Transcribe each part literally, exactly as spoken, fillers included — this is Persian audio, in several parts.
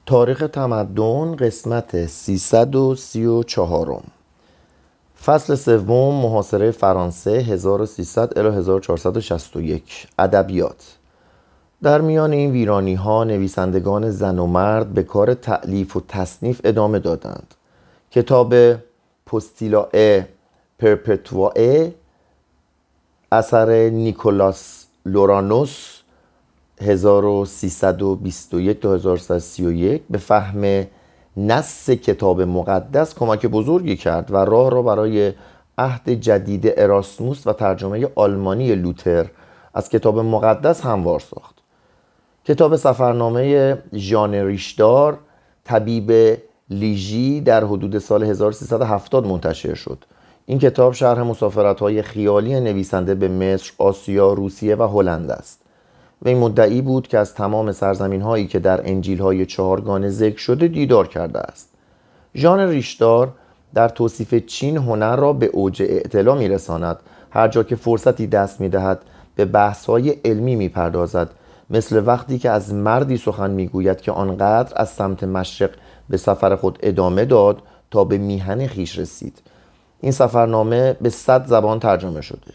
تاریخ تمدن قسمت سیصد و سی و چهار. فصل سوم، محاصره فرانسه هزار و سیصد الی هزار و چهارصد و شصت و یک. ادبیات. در میان این ویرانی ها نویسندگان زن و مرد به کار تألیف و تصنیف ادامه دادند. کتاب پستیلاe پرپتوائe اثر نیکولاس لورانوس هزار و سیصد و بیست و یک تا هزار و سیصد و سی و یک به فهم نص کتاب مقدس کمک بزرگی کرد و راه را برای عهد جدید اراسموس و ترجمه آلمانی لوتر از کتاب مقدس هموار ساخت. کتاب سفرنامه ژان ریشدار طبیب لیژی در حدود سال هزار و سیصد و هفتاد منتشر شد. این کتاب شرح مسافرت‌های خیالی نویسنده به مصر، آسیا، روسیه و هلند است. وی مدعی بود که از تمام سرزمین‌هایی که در انجیل‌های چهارگانه ذکر شده دیدار کرده است. ژان ریشدار در توصیف چین هنر را به اوج اعتلا می‌رساند. هر جا که فرصتی دست می‌دهد به بحث‌های علمی می‌پردازد، مثل وقتی که از مردی سخن می‌گوید که آنقدر از سمت مشرق به سفر خود ادامه داد تا به میهن خویش رسید. این سفرنامه به صد زبان ترجمه شده.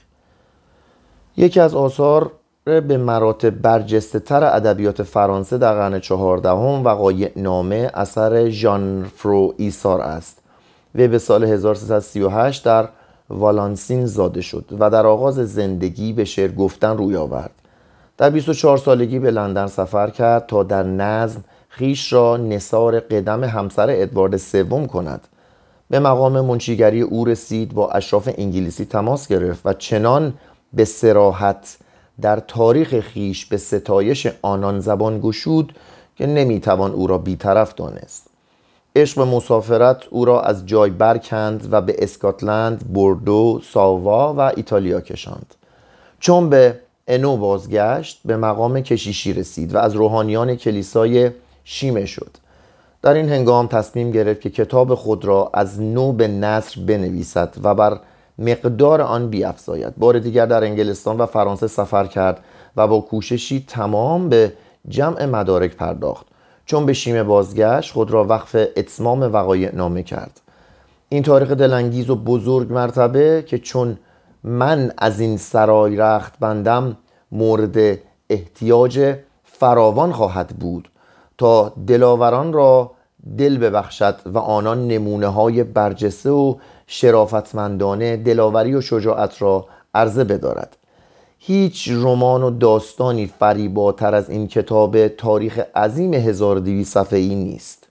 یکی از آثار به مراتب برجسته تر ادبیات فرانسه در قرن چهاردهم وقایع نامه اثر ژان فرو ایسار است. وی به سال هزار و سیصد و سی و هشت در والانسین زاده شد و در آغاز زندگی به شعر گفتن روی آورد. در بیست و چهار سالگی به لندن سفر کرد تا در نظم خیش را نثار قدم همسر ادوارد سوم کند. به مقام منشیگری او رسید، با اشراف انگلیسی تماس گرفت و چنان به صراحت در تاریخ خیش به ستایش آنان زبان گشود که نمیتوان او را بی‌طرف دانست. عشق و مسافرت او را از جای برکند و به اسکاتلند، بوردو، ساوا و ایتالیا کشاند. چون به انو بازگشت، به مقام کشیشی رسید و از روحانیان کلیسای شیمه شد. در این هنگام تصمیم گرفت که کتاب خود را از نو به نثر بنویسد و بر مقدار آن بیفزاید. بار دیگر در انگلستان و فرانسه سفر کرد و با کوششی تمام به جمع مدارک پرداخت. چون به شیمه بازگشت، خود را وقف اتمام وقایع نامه کرد. این تاریخ دلانگیز و بزرگ مرتبه که چون من از این سرای رخت بندم مورد احتیاج فراوان خواهد بود تا دلاوران را دل ببخشد و آنان نمونه های برجسته و شرافتمندانه دلاوری و شجاعت را عرضه بدارد. هیچ رمان و داستانی فریباتر از این کتاب تاریخ عظیم هزار و دویست صفحه‌ای نیست.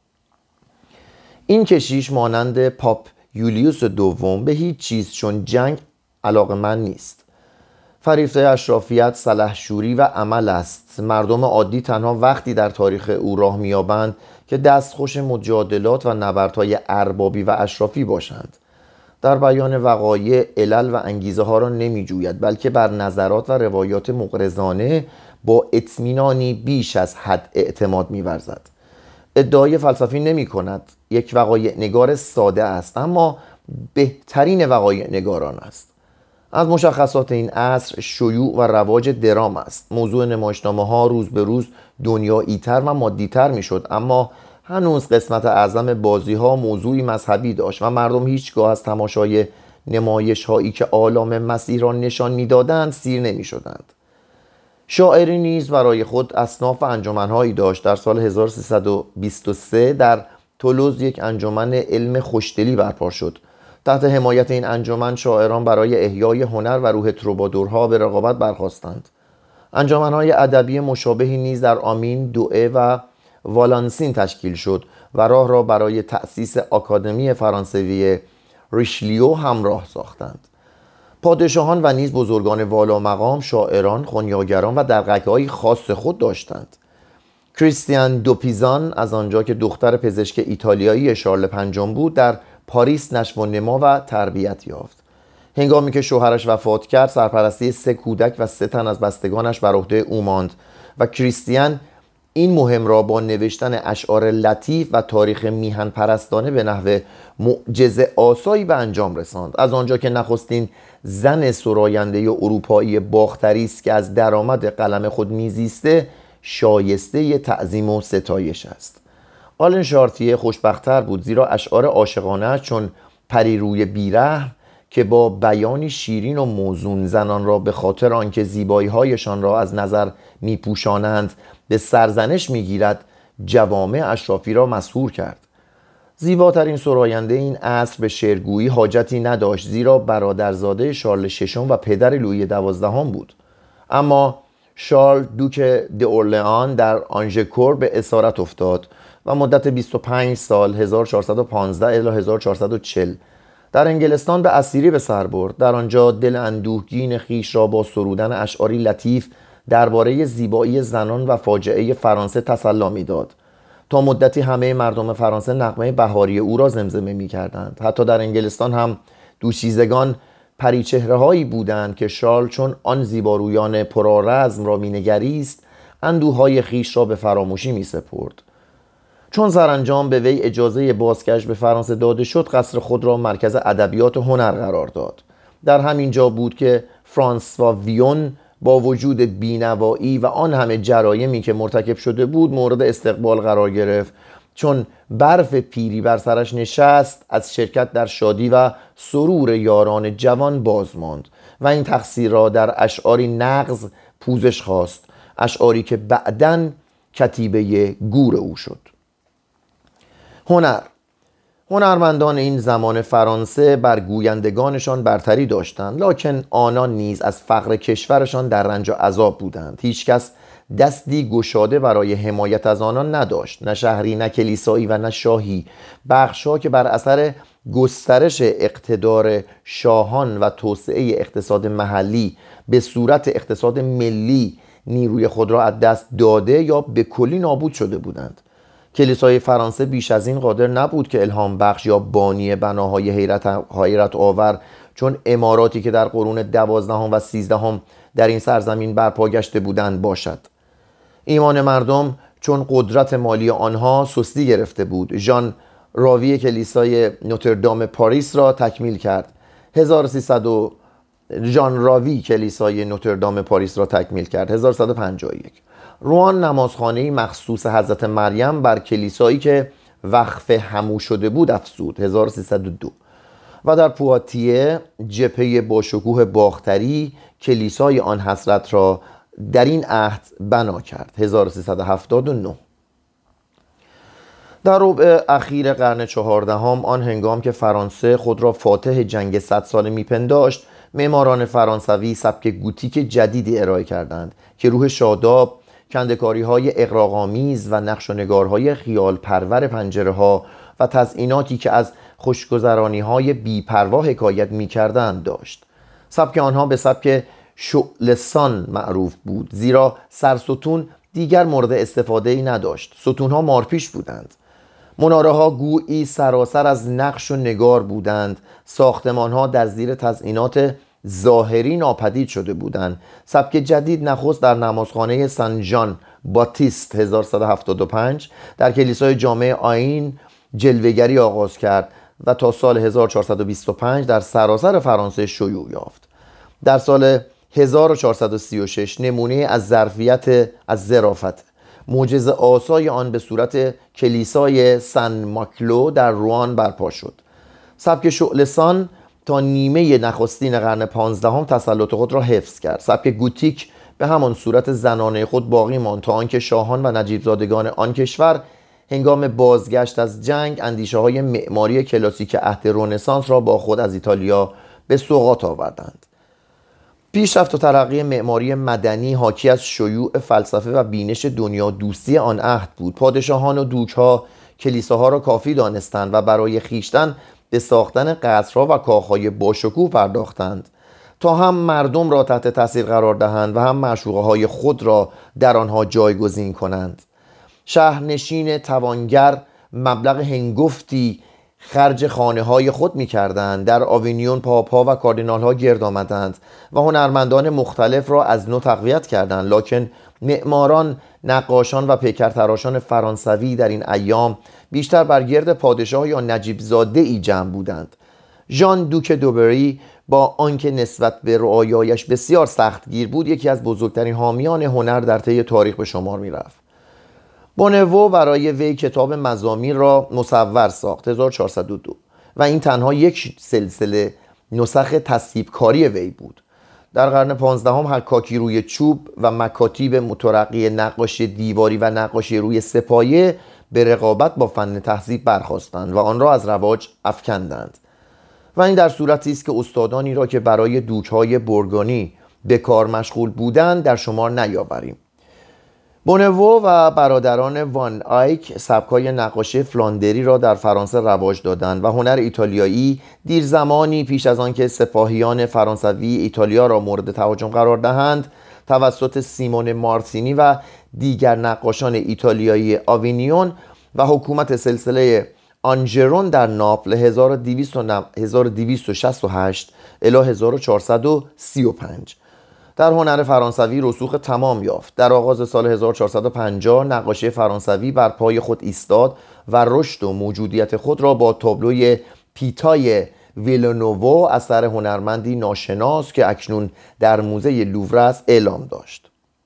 این کشیش مانند پاپ یولیوس دوم به هیچ چیز چون جنگ علاقه‌مند نیست. فریفته اشرافیت، سلحشوری و عمل است. مردم عادی تنها وقتی در تاریخ او راه می‌یابند که دستخوش مجادلات و نبردهای اربابی و اشرافی باشند. در بیان وقایع علل و انگیزه ها را نمی جوید، بلکه بر نظرات و روایات مغرضانه با اطمینانی بیش از حد اعتماد می ورزد. ادعای فلسفی نمی کند. یک وقایع نگار ساده است، اما بهترین وقایع نگاران است. از مشخصات این عصر شیوع و رواج درام است. موضوع نمایشنامه ها روز به روز دنیایی تر و مادی تر می شد، اما هنوز قسمت اعظم بازی ها موضوعی مذهبی داشت و مردم هیچگاه از تماشای نمایش هایی که آلام مسیح را نشان می دادند سیر نمی شدند. شاعری نیز برای خود اصناف و انجمنهایی داشت. در سال هزار و سیصد و بیست و سه در تولوز یک انجمن علم خوشدلی برپا شد. تحت حمایت این انجمن شاعران برای احیای هنر و روح تروبادورها به رقابت برخاستند. انجمن‌های ادبی مشابهی نیز در آمین، دوئه و والانسین تشکیل شد و راه را برای تأسیس آکادمی فرانسوی ریشلیو همراه ساختند. پادشاهان و نیز بزرگان والا مقام شاعران، خنیاگران و دغدغه‌های خاص خود داشتند. کریستیان دوپیزان از آنجا که دختر پزشک ایتالیایی شارل پنجم بود، در پاریس نشو و نما و تربیت یافت. هنگامی که شوهرش وفات کرد، سرپرستی سه کودک و سه تن از بستگانش بر عهده او ماند و کریستیان این مهم را با نوشتن اشعار لطیف و تاریخ میهن پرستانه به نحو معجزه آسایی به انجام رساند. از آنجا که نخستین زن سراینده اروپایی باختری است که از درآمد قلم خود میزیسته، شایسته تعظیم و ستایش است. آلن شارتیه خوشبخت‌تر بود، زیرا اشعار عاشقانه‌اش چون پریروی بیرحم که با بیانی شیرین و موزون زنان را به خاطر آنکه زیبایی‌هایشان را از نظر می‌پوشانند به سرزنش می‌گیرد، جوامع اشرافی را مسحور کرد. زیباترین سراینده این عصر به شعرگویی حاجتی نداشت، زیرا برادرزاده شارل ششم و پدر لویی دوازدهم بود. اما شارل دوک داورلئان در آنژکور به اسارت افتاد و مدت بیست و پنج سال هزار و چهارصد و پانزده الی هزار و چهارصد و چهل در انگلستان به اسیری به سر برد. در آنجا دل اندوهگین خیش را با سرودن اشعاری لطیف درباره زیبایی زنان و فاجعه فرانسه تسلی می‌داد. تا مدتی همه مردم فرانسه نغمه بهاری او را زمزمه می‌کردند. حتی در انگلستان هم دوشیزگان پریچهره‌هایی بودند که شارل چون آن زیبارویان پرآرزم را مینگریست، اندوه‌های خیش را به فراموشی می‌سپرد. چون سرانجام به وی اجازه بازگشت به فرانسه داده شد، قصر خود را مرکز ادبیات و هنر قرار داد. در همین جا بود که فرانسوا ویون با وجود بینوایی و آن همه جرایمی که مرتکب شده بود مورد استقبال قرار گرفت. چون برف پیری بر سرش نشست، از شرکت در شادی و سرور یاران جوان باز ماند و این تقصیر را در اشعاری نغز پوزش خواست، اشعاری که بعداً کتیبه گور او شد. هنر هنرمندان این زمان فرانسه بر گویندگانشان برتری داشتند، لکن آنان نیز از فقر کشورشان در رنج و عذاب بودند. هیچ کس دستی گشاده برای حمایت از آنان نداشت، نه شهری، نه کلیسایی و نه شاهی. بخش‌ها که بر اثر گسترش اقتدار شاهان و توسعه اقتصاد محلی به صورت اقتصاد ملی نیروی خود را از دست داده یا به کلی نابود شده بودند. کلیسای فرانسه بیش از این قادر نبود که الهام بخش یا بانی بناهای حیرت, حیرت آور چون عماراتی که در قرون دوازدهم و سیزدهم در این سرزمین برپا گشته بودند باشد. ایمان مردم چون قدرت مالی آنها سستی گرفته بود. ژان راوی کلیسای نوتردام پاریس را تکمیل کرد. هزار و سیصد ژان راوی کلیسای نوتردام پاریس را تکمیل کرد. هزار و سیصد و پنجاه و یک روان نمازخانه‌ای مخصوص حضرت مریم بر کلیسایی که وقف همو شده بود افزود. هزار و سیصد و دو و در پواتیه جبهه با شکوه باختری کلیسای آن حضرت را در این عهد بنا کرد. هزار و سیصد و هفتاد و نه در ربع اخیر قرن چهاردهم، آن هنگام که فرانسه خود را فاتح جنگ صد ساله میپنداشت، معماران فرانسوی سبک گوتیک جدیدی ارائه کردند که روح شاداب، کندکاری های اغراق‌آمیز و نقش و نگارهای خیال پرور پنجره ها و تزئیناتی که از خوشگذرانی های بی‌پروا حکایت می کردند داشت. سبک آنها به سبک شعله‌سان معروف بود، زیرا سرستون دیگر مورد استفاده ای نداشت. ستونها مارپیش بودند. مناره ها گویی سراسر از نقش و نگار بودند. ساختمان ها در زیر تزئینات ظاهری ناپدید شده بودند. سبک جدید نخست در نمازخانه سن ژان باتیست هزار و سیصد و هفتاد و پنج در کلیسای جامع آیین جلوه‌گری آغاز کرد و تا سال هزار و چهارصد و بیست و پنج در سراسر فرانسه شیوع یافت. در سال هزار و چهارصد و سی و شش نمونه از ظرفیت از ظرافت معجزه آسای آن به صورت کلیسای سن ماکلو در روان برپا شد. سبک شعله‌سان تا نیمه نخستین قرن پانزدهم تسلط خود را حفظ کرد. سبک گوتیک به همان صورت زنانه خود باقی ماند تا آنکه شاهان و نجیب زادگان آن کشور هنگام بازگشت از جنگ اندیشه های معماری کلاسیک عهد رنسانس را با خود از ایتالیا به سوغات آوردند. پیشرفت و ترقی معماری مدنی حاکی از شیوع فلسفه و بینش دنیا دوستی آن عهد بود. پادشاهان و دوکها کلیساها را کافی دانستند و برای خیشتن به ساختن قصرها و کاخهای باشکوه پرداختند تا هم مردم را تحت تاثیر قرار دهند و هم معشوقه های خود را در آنها جایگزین کنند. شهرنشین توانگر مبلغ هنگفتی خرج خانه های خود می کردند. در آوینیون پاپها و کاردینال ها گرد آمدند و هنرمندان مختلف را از نو تقویت کردند، لکن معماران، نقاشان و پیکرتراشان فرانسوی در این ایام بیشتر بر گرد پادشاه یا نجیب زاده ای جمع بودند. ژان دوک دوبری با آنکه نسبت به رعایایش بسیار سختگیر بود، یکی از بزرگترین حامیان هنر در طی تاریخ به شمار می رفت. بونوو برای وی کتاب مزامیر را مصور ساخت هزار و چهارصد و دو و این تنها یک سلسله نسخ تصویبکاری وی بود. در قرن پانزدهم حکاکی روی چوب و مکاتیب مترقی نقاشی دیواری و نقاشی روی سه‌پایه به رقابت با فن تهذیب برخاستند و آن را از رواج افکندند و این در صورتی است که استادانی را که برای دوک‌های برگانی به کار مشغول بودند در شمار نیاوریم. بونوو و برادران وان آیک سبکای نقاشی فلاندری را در فرانسه رواج دادند و هنر ایتالیایی دیر زمانی پیش از آنکه سپاهیان فرانسوی ایتالیا را مورد تهاجم قرار دهند توسط سیمون مارتینی و دیگر نقاشان ایتالیایی آوینیون و حکومت سلسله آنژرون در ناپل هزار و دویست و شصت و هشت الی هزار و چهارصد و سی و پنج در هنر فرانسوی رسوخ تمام یافت. در آغاز سال هزار و چهارصد و پنجاه نقاشی فرانسوی بر پای خود ایستاد و رشد و موجودیت خود را با تابلوی پیتای ویلنوو اثر هنرمندی ناشناس که اکنون در موزه لوور است اعلام داشت.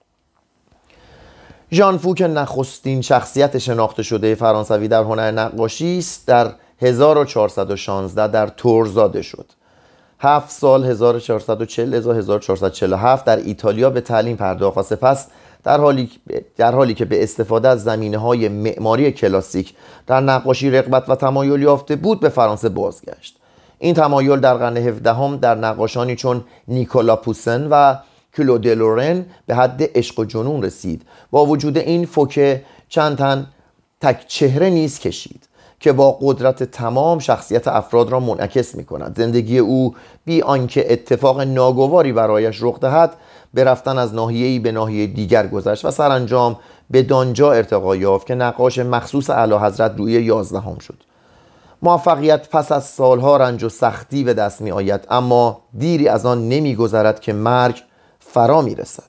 ژان فوک نخستین شخصیت شناخته شده فرانسوی در هنر نقاشی است در هزار و چهارصد و شانزده در تور زاده شد. هفت سال هزار و چهارصد و چهل تا هزار و چهارصد و چهل و هفت در ایتالیا به تعلیم پرداخت و سپس در حالی در حالی که به استفاده از زمینه‌های معماری کلاسیک در نقاشی رغبت و تمایل یافته بود به فرانسه بازگشت. این تمایل در قرن هفدهم در نقاشانی چون نیکولا پوسن و کلود لورن به حد عشق و جنون رسید. با وجود این فوکه چند تن تک چهره نیز کشید که با قدرت تمام شخصیت افراد را منعکس می کند. زندگی او بی آنکه اتفاق ناگواری برایش رخ دهد به رفتن از ناحیه‌ای به ناحیه دیگر گذشت و سرانجام به دانجا ارتقا یافت که نقاش مخصوص اعلیحضرت لویی یازدهم شد. موفقیت پس از سالها رنج و سختی به دست می آید، اما دیری از آن نمی گذرد که مرگ فرا می رسد.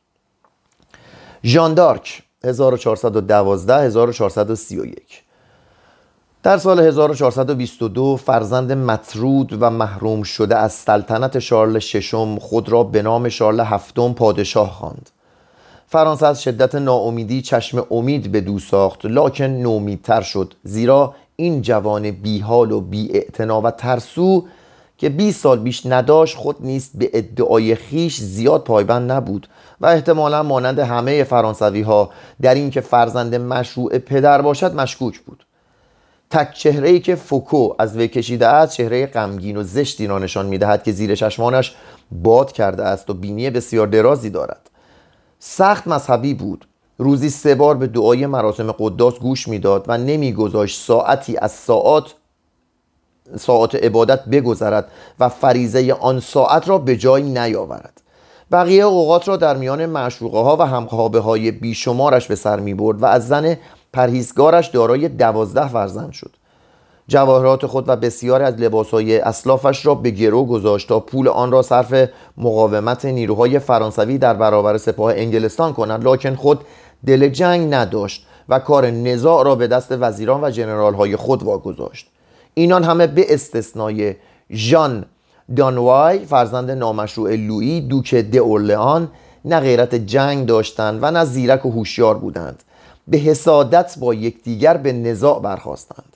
ژان دارک هزار و چهارصد و دوازده تا هزار و چهارصد و سی و یک در سال هزار و چهارصد و بیست و دو فرزند مطرود و محروم شده از سلطنت شارل ششم خود را به نام شارل هفتم پادشاه خواند. فرانسه از شدت ناامیدی چشم امید به دو ساخت، لکن نومیدتر شد، زیرا این جوان بیحال و بی‌اعتنا و ترسو که بیست سال بیش نداشت خود نیست به ادعای خیش زیاد پایبند نبود و احتمالا مانند همه فرانسوی ها در این که فرزند مشروع پدر باشد مشکوک بود. تک چهره‌ای که فوکو از وی کشیده است چهره غمگین و زشتی را نشان می‌دهد که زیر چشمانش باد کرده است و بینی بسیار درازی دارد. سخت مذهبی بود. روزی سه بار به دعای مراسم قداس گوش می‌داد و نمی‌گذاشت ساعتی از ساعات ساعات عبادت بگذرد و فریضه آن ساعت را به جای نیاورد. بقیه اوقات را در میان معشوقه ها و همخوابه های بیشمارش به سر می‌برد و از زن پرهیزگارش دارای دوازده فرزند شد. جواهرات خود و بسیاری از لباسهای اسلافش را به گرو گذاشت تا پول آن را صرف مقاومت نیروهای فرانسوی در برابر سپاه انگلستان کند، لکن خود دل جنگ نداشت و کار نزاع را به دست وزیران و ژنرال‌های خود واگذاشت. اینان همه به استثنای ژان دانوای فرزند نامشروع لویی دوک د اورلئان نه غیرت جنگ داشتند و نه زیرک و هوشیار بودند. به حسادت با یکدیگر به نزاع برخاستند.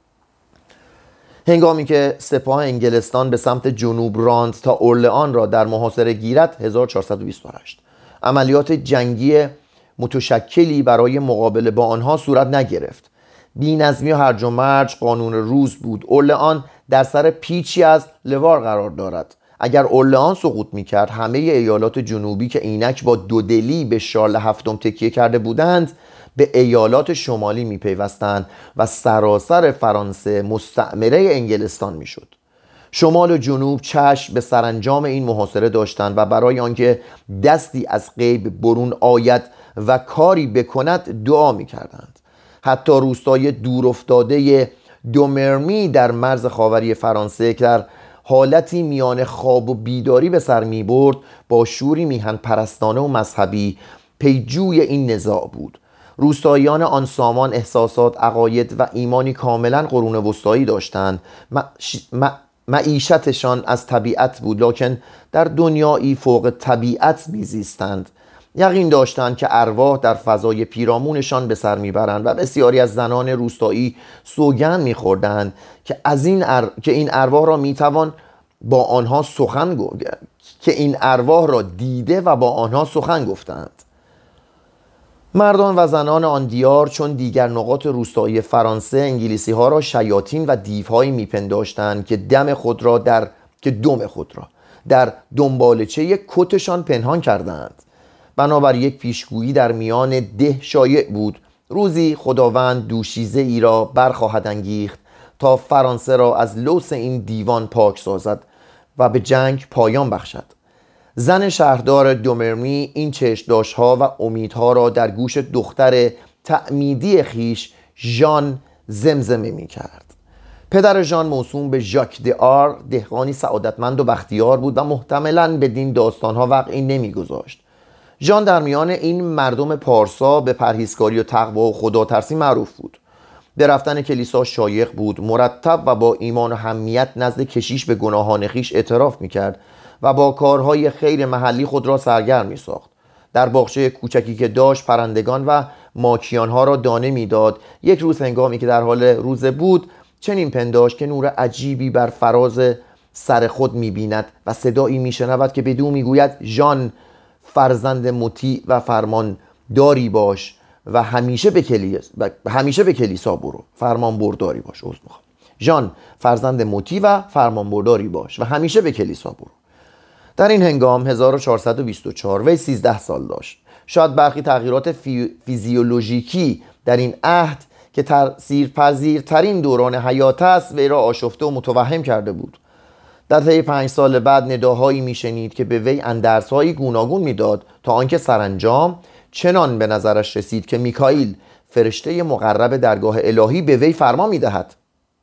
هنگامی که سپاه انگلستان به سمت جنوب راند تا اورلئان را در محاصره گیرد هزار و چهارصد و بیست و هشت عملیات جنگی متشکلی برای مقابله با آنها صورت نگرفت. بی‌نظمی و هرج و مرج قانون روز بود. اورلئان در سر پیچی از لوار قرار دارد. اگر اورلئان سقوط می‌کرد همه ایالات جنوبی که اینک با دودلی به شارل هفتم تکیه کرده بودند به ایالات شمالی می‌پیوستند و سراسر فرانسه مستعمره انگلستان می‌شد. شمال و جنوب چشم به سرانجام این محاصره داشتند و برای آنکه دستی از غیب برون آید و کاری بکند دعا می‌کردند. حتی روستای دورافتاده دومرمی در مرز خاوری فرانسه که در حالتی میان خواب و بیداری به سر می برد با شوری میهن پرستانه و مذهبی پیجوی این نزاع بود. روستاییان آن سامان احساسات، عقاید و ایمانی کاملا قرون وسطایی داشتند. معیشتشان از طبیعت بود، لکن در دنیایی فوق طبیعت میزیستند. یقین داشتند که ارواح در فضای پیرامونشان به سر میبرند و بسیاری از زنان روستایی سوگند میخوردند که از این ار... که این ارواح را میتوان با آنها سخن گفت، که این ارواح را دیده و با آنها سخن گفتند. مردان و زنان آن دیار چون دیگر نقاط روستایی فرانسه انگلیسی ها را شیاطین و دیوهایی میپنداشتند که دم خود را در که دم خود را در دنبالچه کتشان پنهان کردند. بنابر یک پیشگویی در میان ده شایع بود روزی خداوند دوشیزه ای را برخواهد انگیخت تا فرانسه را از لوث این دیوان پاک سازد و به جنگ پایان بخشد. زن شهردار دومرمی این چشم‌داشت‌ها و امیدها را در گوش دختر تعمیدی خیش ژان زمزمه می‌کرد. پدر ژان موسوم به ژاک د'آر دهقانی سعادتمند و بختیار بود و محتملاً بدین داستان‌ها وقعی نمی‌گذاشت. ژان در میان این مردم پارسا به پرهیزکاری و تقوا و خداترسی معروف بود. به رفتن کلیسا شایق بود، مرتب و با ایمان و حمیت نزد کشیش به گناهان خویش اعتراف می‌کرد و با کارهای خیر محلی خود را سرگرم می‌ساخت. در باغچه کوچکی که داشت پرندگان و ماکیانها را دانه می‌داد. یک روز هنگامی که در حال روزه بود چنین پنداشت که نور عجیبی بر فراز سر خود می‌بیند و صدایی می‌شنود که بدو می‌گوید ژان فرزند مطیع و فرمان داری باش و همیشه به کلیسا همیشه به کلیسا برو. فرمان برداری باش. عذر می‌خوام. ژان فرزند مطیع و فرمان برداری باش و همیشه به کلیسا برو. در این هنگام هزار و چهارصد و بیست و چهار وی سیزده سال داشت. شاید برخی تغییرات فی... فیزیولوژیکی در این عهد که تاثیرپذیرترین دوران حیات است وی را آشفته و متوهم کرده بود. در طی پنج سال بعد نداهایی میشنید که به وی اندرس‌های گوناگون میداد تا آنکه سرانجام چنان به نظرش رسید که میکائیل فرشته مقرب درگاه الهی به وی فرمان میدهد: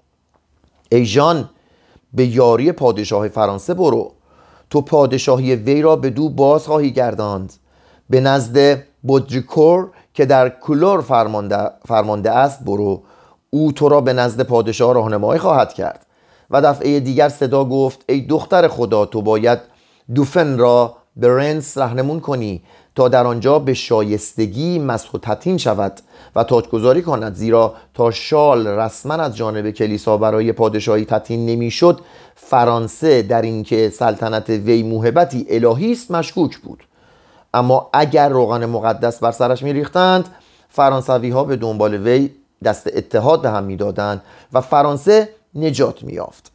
ای ژان، به یاری پادشاه فرانسه برو، تو پادشاهی وی را به دو باز خواهی گرداند. به نزد بودریکور که در کلور فرمانده, فرمانده است برو، او تو را به نزد پادشاه راهنمایی خواهد کرد. و دفعه دیگر صدا گفت: ای دختر خدا، تو باید دوفن را به رنس رهنمون کنی تا در آنجا به شایستگی مسح و تطهین شود و تاجگذاری کند، زیرا تا شال رسما از جانب کلیسا برای پادشاهی تطهین نمیشد، فرانسه در اینکه سلطنت وی موهبتی الهی است مشکوک بود. اما اگر روغن مقدس بر سرش میریختند، فرانسوی ها به دنبال وی دست اتحاد به هم میدادند و فرانسه نجات میافت.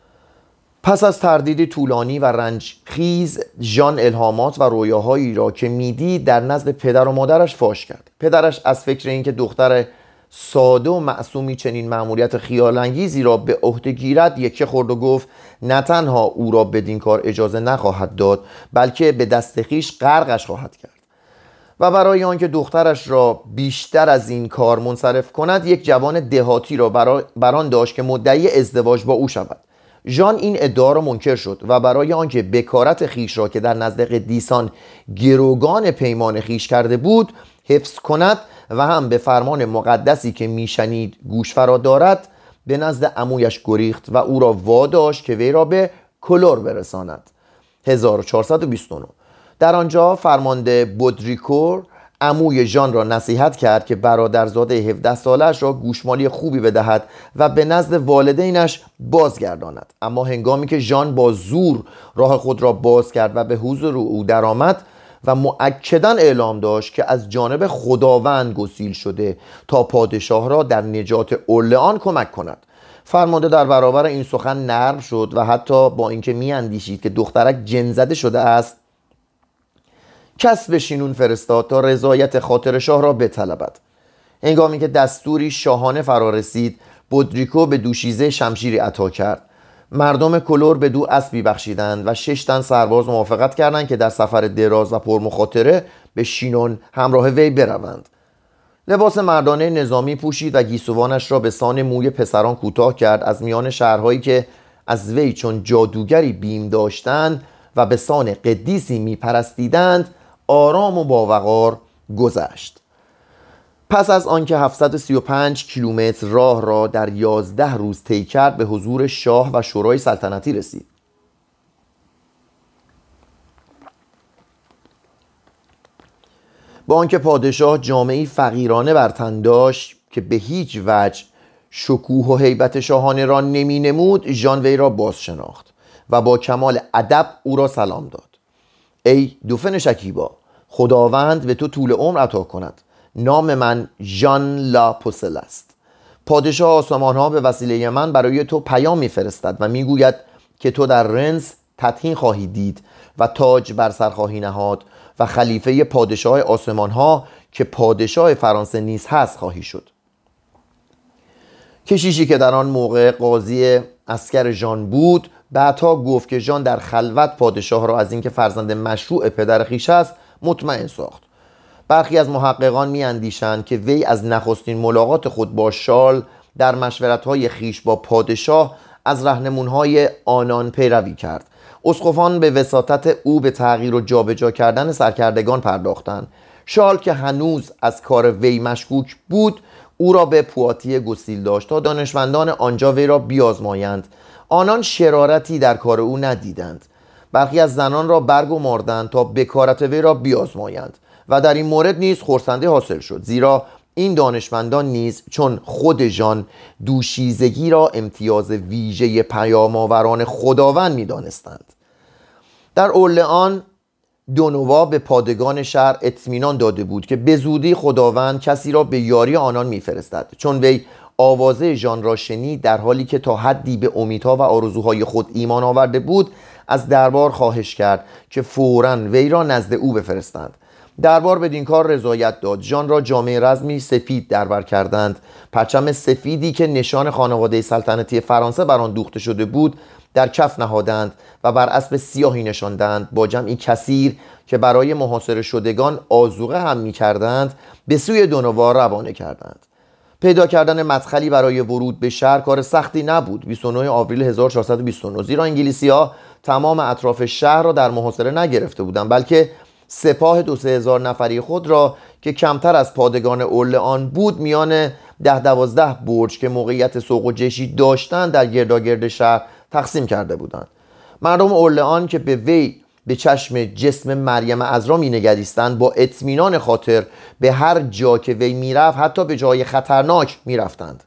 پس از تردیدی طولانی و رنجخیز ژان الهامات و رویاهایی را که میدید در نزد پدر و مادرش فاش کرد. پدرش از فکر اینکه دختر ساده و معصومی چنین مأموریت خیال‌انگیزی را به عهده گیرد یکه خورد و گفت نه تنها او را بدین کار اجازه نخواهد داد، بلکه به دست خویش غرقش خواهد کرد. و برای آنکه دخترش را بیشتر از این کار منصرف کند، یک جوان دهاتی را بران داشت که مدعی ازدواج با او شود. ژان این ادعا را منکر شد و برای آنکه بکارت خیش را که در نزد قدیسان گروگان پیمان خیش کرده بود حفظ کند و هم به فرمان مقدسی که میشنید گوش فرا دارد، به نزد عمویش گریخت و او را واداشت که وی را به کلور برساند. هزار و چهارصد و بیست و نه در آنجا فرمانده بودریکور عموی ژان را نصیحت کرد که برادرزاده هفده سالش را گوشمالی خوبی بدهد و به نزد والدینش بازگرداند. اما هنگامی که ژان با زور راه خود را باز کرد و به حضور او درآمد و مؤکداً اعلام داشت که از جانب خداوند گسیل شده تا پادشاه را در نجات اورلئان کمک کند، فرمانده در برابر این سخن نرم شد و حتی با اینکه میاندیشید که دخترک جن زده شده است، کس به شینون فرستاد تا رضایت خاطر شاه را بطلبد. هنگامی که دستوری شاهانه فرا رسید، بودریکو به دوشیزه شمشیری عطا کرد. مردم کلور به دو اسبی بخشیدند و شش تن سرباز موافقت کردند که در سفر دراز و پرمخاطره به شینون همراه وی بروند. لباس مردانه نظامی پوشید و گیسوانش را به سان موی پسران کوتاه کرد. از میان شهرهایی که از وی چون جادوگری بیم داشتند و به سان قدیسی میپرستیدند آرام و باوقار گذشت. پس از آنکه هفتصد و سی و پنج کیلومتر راه را در یازده روز طی کرد، به حضور شاه و شورای سلطنتی رسید. با آنکه پادشاه جامه‌ای فقیرانه بر تن داشت که به هیچ وجه شکوه و هیبت شاهانه را نمی نمود، ژان وی را باز شناخت و با کمال ادب او را سلام داد. ای دوفن شکیبا، خداوند به تو طول عمر عطا کند. نام من ژان لا پوسل است. پادشاه آسمان ها به وسیله من برای تو پیام میفرستد و میگوید که تو در رنس تدفین خواهی دید و تاج بر سر خواهی نهاد و خلیفه پادشاه آسمان ها که پادشاه فرانسه نیز هست خواهی شد. کشیشی که در آن موقع قاضی عسکر ژان بود بعدها گفت که ژان در خلوت پادشاه را از اینکه فرزند مشروع پدر خویش است مطمئن ساخت. برخی از محققان می اندیشند که وی از نخستین ملاقات خود با شارل در مشورت‌های خویش با پادشاه از راهنمون‌های آنان پیروی کرد. اسقفان به وساطت او به تغییر و جابجا کردن سرکردگان پرداختند. شارل که هنوز از کار وی مشکوک بود او را به پواتیه گسیل داشت تا دانشمندان آنجا وی را بیازمایند. آنان شرارتی در کار او ندیدند. برخی از زنان را برگماردند تا بکارت وی را بیازمایند و در این مورد نیز خرسندی حاصل شد، زیرا این دانشمندان نیز چون خود ژان دوشیزگی را امتیاز ویژه پیام‌آوران خداوند می‌دانستند. در اورلئان دونووا به پادگان شهر اطمینان داده بود که به زودی خداوند کسی را به یاری آنان می‌فرستد. چون وی آوازه ژان را شنید، در حالی که تا حدی به امیدها و آرزوهای خود ایمان آورده بود، از دربار خواهش کرد که فوراً وی را نزد او بفرستند. دربار بدین کار رضایت داد. ژان را جامه رزمی سپید دربر کردند. پرچم سفیدی که نشان خانواده سلطنتی فرانسه بر آن دوخته شده بود در کف نهادند و بر اسب سیاهی نشاندند. با جمعی کثیر که برای محاصره شدگان آذوقه هم می کردند به سوی دونووا روانه کردند. پیدا کردن مدخلی برای ورود به شهر کار سختی نبود. بیست و نهم آوریل هزار و چهارصد و بیست و نه، زیرا انگلیسی‌ها تمام اطراف شهر را در محاصره نگرفته بودند، بلکه سپاه دو سه هزار نفری خود را که کمتر از پادگان اورلئان بود میان ده دوازده برج که موقعیت سوق و جشی داشتند در گرداگرد شهر تقسیم کرده بودند. مردم اورلئان که به وی به چشم جسم مریم عذرا مینگریستند با اطمینان خاطر به هر جا که وی میرفت، حتی به جای خطرناک میرفتند.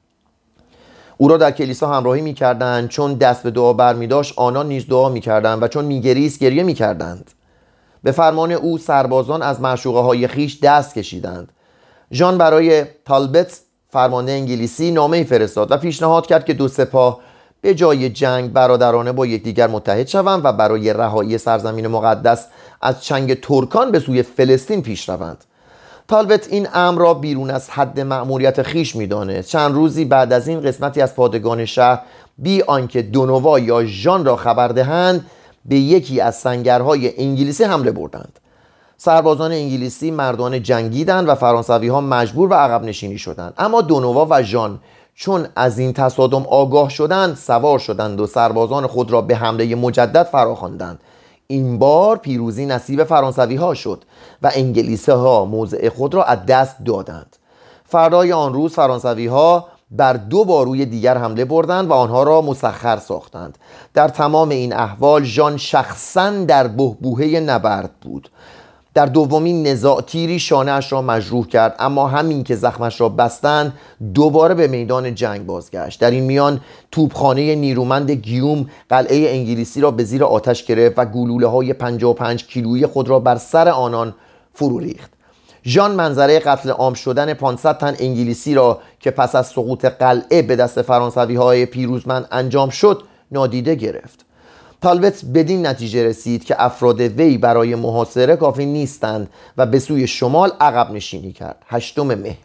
او را در کلیسا همراهی میکردند. چون دست به دعا برمی‌داشت آنان نیز دعا میکردند و چون میگریست گریه میکردند. به فرمان او سربازان از معشوقه های خیش دست کشیدند. ژان برای تالبت فرمانده انگلیسی نامه‌ای فرستاد و پیشنهاد کرد که دو سپاه به جای جنگ برادرانه با یکدیگر متحد شوند و برای رهایی سرزمین مقدس از چنگ ترکان به سوی فلسطین پیش روند. تالبت این امر را بیرون از حد مأموریت خیش می‌دانست. چند روزی بعد از این قسمتی از پادگان شهر بی آنکه دونووا یا ژان را خبر دهند به یکی از سنگرهای انگلیسی حمله بردند. سربازان انگلیسی مردان جنگیدند و فرانسوی ها مجبور به عقب نشینی شدند. اما دونووا و ژان چون از این تصادم آگاه شدند سوار شدند و سربازان خود را به حمله مجدد فراخواندند. این بار پیروزی نصیب فرانسوی ها شد و انگلیسی ها موضع خود را از دست دادند. فردای آن روز فرانسوی ها بر دو باروی دیگر حمله بردند و آنها را مسخر ساختند. در تمام این احوال ژان شخصاً در بحبوحه نبرد بود. در دومین نزاع تیری شانه اش را مجروح کرد، اما همین که زخمش را بستند دوباره به میدان جنگ بازگشت. در این میان توپخانه نیرومند گیوم قلعه انگلیسی را به زیر آتش گرفت و گلوله های پنجاه و پنج کیلویی خود را بر سر آنان فرو ریخت. ژان منظره قتل عام شدن پانصد تن انگلیسی را که پس از سقوط قلعه به دست فرانسوی های پیروزمند انجام شد نادیده گرفت. تالبت بدین نتیجه رسید که افراد وی برای محاصره کافی نیستند و به سوی شمال عقب نشینی کرد. هشتم مه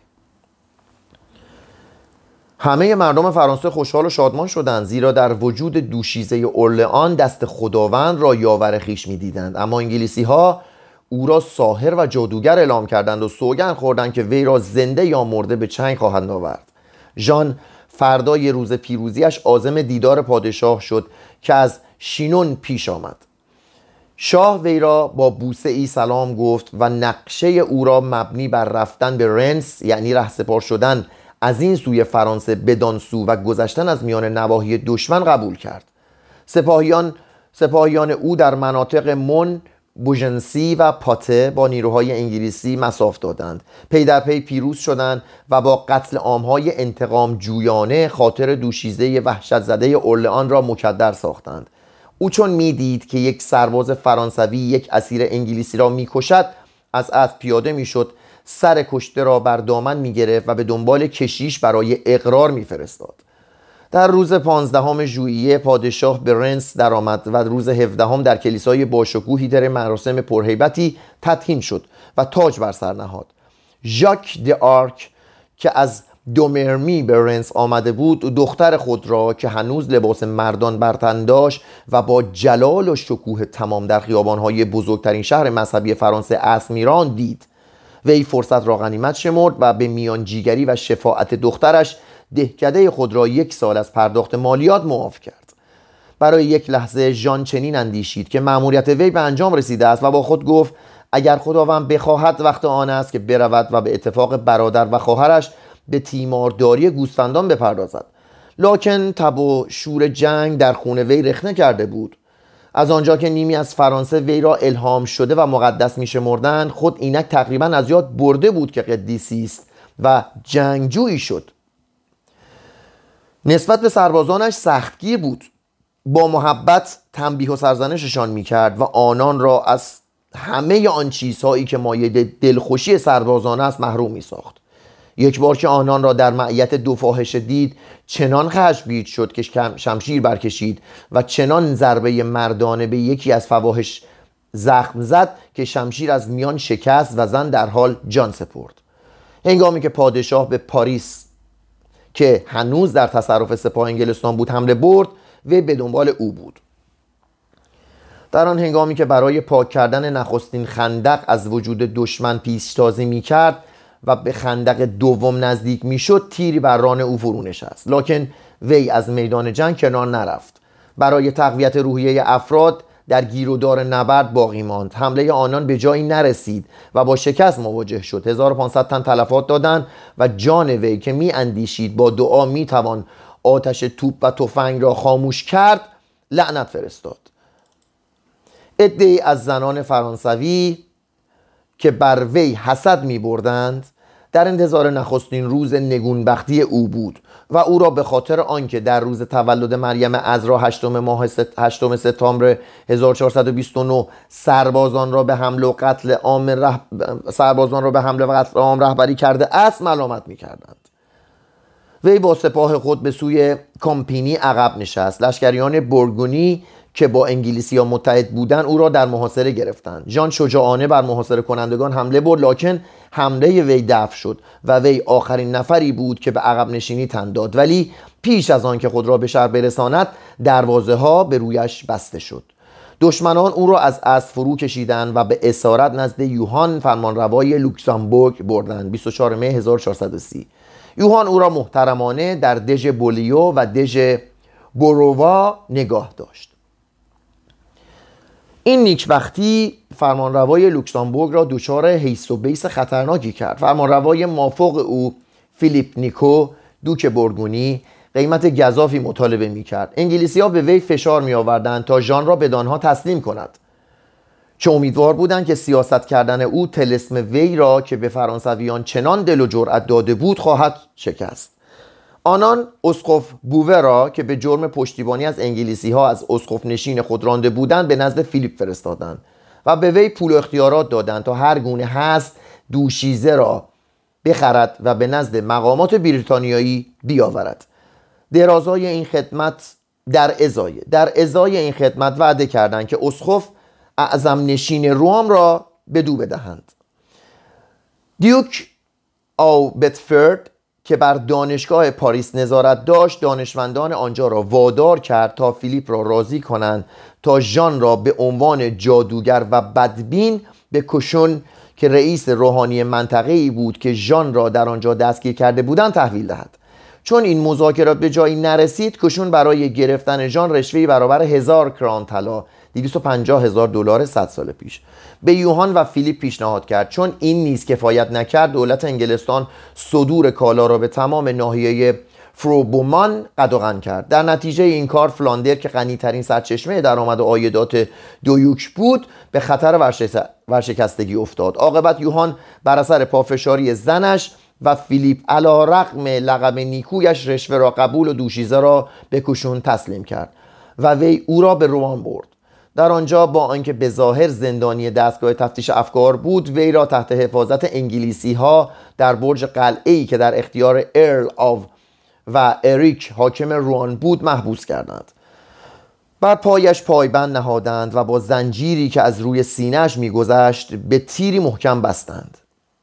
همه مردم فرانسه خوشحال و شادمان شدند، زیرا در وجود دوشیزه اورلئان دست خداوند را یاور خویش می‌دیدند. اما انگلیسی ها او را ساحر و جادوگر اعلام کردند و سوگند خوردند که وی را زنده یا مرده به چنگ خواهند آورد. ژان فردای روز پیروزیش عازم دیدار پادشاه شد که از شینون پیش آمد. شاه وی را با بوسه ای سلام گفت و نقشه او را مبنی بر رفتن به رنس، یعنی رهسپار شدن از این سوی فرانسه بدان سو و گذشتن از میان نواحی دشمن قبول کرد. سپاهیان سپاهیان او در مناطق من بوژنسی و پاته با نیروهای انگلیسی مصاف دادند. پی در پی پیروز شدند و با قتل عامهای انتقام جویانه خاطر دوشیزه وحشت زده اورلئان را مکدر ساختند. او چون میدید که یک سرباز فرانسوی یک اسیر انگلیسی را میکشد، از اسب پیاده میشد، سر کشته را بر دامن میگرفت و به دنبال کشیش برای اقرار میفرستاد. در روز پانزدهم ژوئیه پادشاه به رنس درآمد و روز هفدهم در کلیسای باشکوهی در مراسم پرهیبتی تدفین شد و تاج بر سر نهاد. ژاک د'آرک که از دومرمی به رنس آمده بود، دختر خود را که هنوز لباس مردان بر تن داشت و با جلال و شکوه تمام در خیابان‌های بزرگترین شهر مذهبی فرانسه اسب میراند دید. وی فرصت را غنیمت شمرد و به میانجیگری و شفاعت دخترش دهکده خود را یک سال از پرداخت مالیات معاف کرد. برای یک لحظه ژان چنین اندیشید که مأموریت وی به انجام رسیده است و با خود گفت اگر خداوند بخواهد وقت آن است که برود و به اتفاق برادر و خواهرش به تیمارداری گوسفندان بپردازد. لکن تب و شور جنگ در خون وی رخنه کرده بود. از آنجا که نیمی از فرانسه وی را الهام شده و مقدس می‌شمردند، خود اینک تقریبا از یاد برده بود که قدیسی است و جنگجویی شد. نسبت به سربازانش سختگیر بود. با محبت تنبیه و سرزنششان می‌کرد و آنان را از همه آن چیزهایی که مایه دلخوشی سربازان است محروم می‌ساخت. یک بار که آنان را در معیت دو فاحشه دید، چنان خشمگین شد که شمشیر برکشید و چنان ضربه مردانه به یکی از فواحش زخم زد که شمشیر از میان شکست و زن در حال جان سپرد. هنگامی که پادشاه به پاریس که هنوز در تصرف سپاه انگلستان بود حمله برد، وی به دنبال او بود. در آن هنگامی که برای پاک کردن نخستین خندق از وجود دشمن پیشتازی می‌کرد و به خندق دوم نزدیک میشد، تیری بر ران او فرو نشست. لکن وی از میدان جنگ کنار نرفت. برای تقویت روحیه افراد در گیرودار نبرد باقی ماند. حمله آنان به جایی نرسید و با شکست مواجه شد. هزار و پانصد تن تلفات دادند و جان وی که می اندیشید با دعا می توان آتش توپ و تفنگ را خاموش کرد، لعنت فرستاد. عده‌ای از زنان فرانسوی که بر وی حسد می بردند در انتظار نخستین روز نگونبختی او بود و او را به خاطر آنکه در روز تولد مریم عذرا هشتم ماه هشتم سپتامبر هزار و چهارصد و بیست و نه سربازان را به حمله و قتل عام ره... سربازان را به حمله و قتل عام رهبری کرده است ملامت می کردند. وی با سپاه خود به سوی کامپینی عقب نشست. لشکریان بورگونی که با انگلیسی‌ها متحد بودند او را در محاصره گرفتند. ژان شجاعانه بر محاصره کنندگان حمله برد، لکن حمله وی دفع شد و وی آخرین نفری بود که به عقب نشینی تن داد. ولی پیش از آن که خود را به شهر برساند، دروازه ها به رویش بسته شد. دشمنان او را از اسب فرو کشیدند و به اسارت نزد یوهان فرمانروای لوکزامبورگ بردند. بیست و چهارم می هزار و چهارصد و سی یوهان او را محترمانه در دژ بولیو و دژ بوروا نگاه داشت. این نیکبختی فرمانروای لوکزامبورگ را دچار حیث و بیس خطرناکی کرد. فرمانروای مافوق او فیلیپ نیکو دوک بورگونی قیمت گزافی مطالبه می‌کرد. انگلیسی‌ها به وی فشار می‌آوردند تا ژان را به آنها تسلیم کند، چه امیدوار بودند که سیاست کردن او طلسم وی را که به فرانسویان چنان دل و جرأت داده بود خواهد شکست. آنان اسقف بووه را که به جرم پشتیبانی از انگلیسی ها از اسقف نشین خود رانده بودند به نزد فیلیپ فرستادند و به وی پول و اختیارات دادند تا هر گونه هست دوشیزه را بخرد و به نزد مقامات بریتانیایی بیاورد. درازای این خدمت در ازای در ازای این خدمت وعده کردند که اسقف اعظم نشین روم را بدو بدهند. دیوک او بتفورد که بر دانشگاه پاریس نظارت داشت، دانشمندان آنجا را وادار کرد تا فیلیپ را راضی کنند تا ژان را به عنوان جادوگر و بدبین به کوشون که رئیس روحانی منطقه‌ای بود که ژان را در آنجا دستگیر کرده بودند تحویل دهد. چون این مذاکرات به جایی نرسید، کوشون برای گرفتن ژان رشوه‌ای برابر هزار کران طلا، دویست و پنجاه هزار دلار صد سال پیش، به یوهان و فیلیپ پیشنهاد کرد. چون این نیز کفایت نکرد، دولت انگلستان صدور کالا را به تمام ناحیه فروبومان قدغن کرد. در نتیجه این کار فلاندر که غنی‌ترین سرچشمه درآمد و عایدات دویوک بود به خطر ورشکستگی افتاد. عاقبت یوهان بر اثر پافشاری زنش و فیلیپ علی‌رغم لقب نیکویش رشوه را قبول و دوشیزه را به کوشون تسلیم کرد و وی او را به روان برد. در آنجا با آنکه به ظاهر زندانی دستگاه تفتیش افکار بود، وی را تحت حفاظت انگلیسی ها در برج قلعه‌ای که در اختیار ارل آف و اریک حاکم روان بود محبوس کردند. بر پایش پایبند نهادند و با زنجیری که از روی سینه‌اش می‌گذشت به تیری محکم بستند.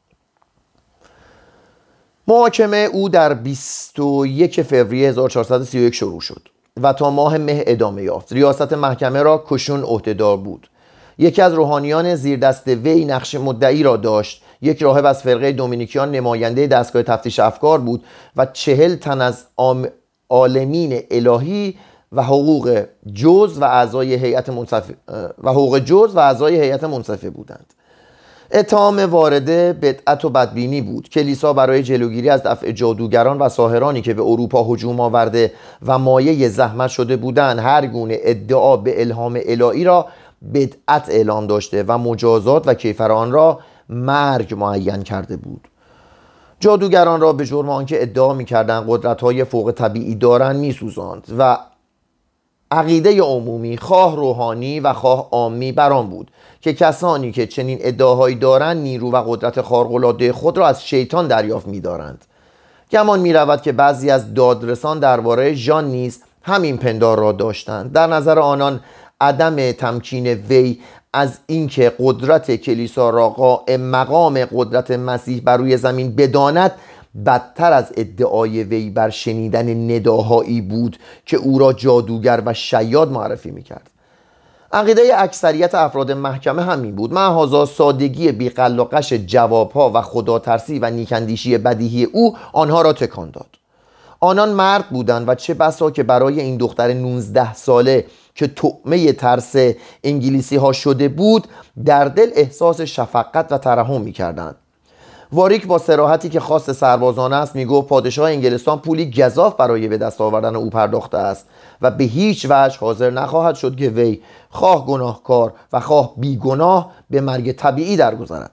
محاکمه او در بیست و یک فوریه هزار و چهارصد و سی و یک شروع شد و تا ماه مه ادامه یافت. ریاست محکمه را کوشون عهده‌دار بود. یکی از روحانیان زیر دست وی نقش مدعی را داشت. یک راهب از فرقه دومینیکیان نماینده دستگاه تفتیش افکار بود و چهل تن از عالمین الهی و حقوق جز و اعضای هیئت منصفه و حقوق جز و اعضای هیئت منصفه بودند. اتهام وارده بدعت و بدبینی بود. کلیسا برای جلوگیری از دفع جادوگران و ساحرانی که به اروپا هجوم آورده و مایه زحمت شده بودند هر گونه ادعا به الهام الهی را بدعت اعلام داشته و مجازات و کیفر آن را مرگ معین کرده بود. جادوگران را به جرم آنکه ادعا می‌کردند قدرت‌های فوق طبیعی دارند می‌سوزاند و عقیده عمومی خواه روحانی و خواه عامی بر آن بود که کسانی که چنین ادعاهایی دارند نیرو و قدرت خارق‌العاده خود را از شیطان دریافت می‌دارند. گمان می‌رود که بعضی از دادرسان درباره ژان نیز همین پندار را داشتند. در نظر آنان عدم تمکین وی از اینکه قدرت کلیسا را قائم مقام قدرت مسیح بر روی زمین بداند بدتر از ادعای وی بر شنیدن نداهایی بود که او را جادوگر و شیاد معرفی میکرد. عقیده اکثریت افراد محکمه همین بود. معاذ سادگی بی‌قل و قش جوابها و خداترسی و نیکندیشی بدیهی او آنها را تکان داد. آنان مرد بودند و چه بسا که برای این دختر نوزده ساله که طعمه ترس انگلیسی ها شده بود در دل احساس شفقت و ترحم می کردند. واریک با صراحتی که خاص سربازان است می گفت پادشاه انگلستان پولی گزاف برای به دست آوردن او پرداخته است و به هیچ وجه حاضر نخواهد شد که وی خواه گناهکار و خواه بیگناه به مرگ طبیعی درگذرد.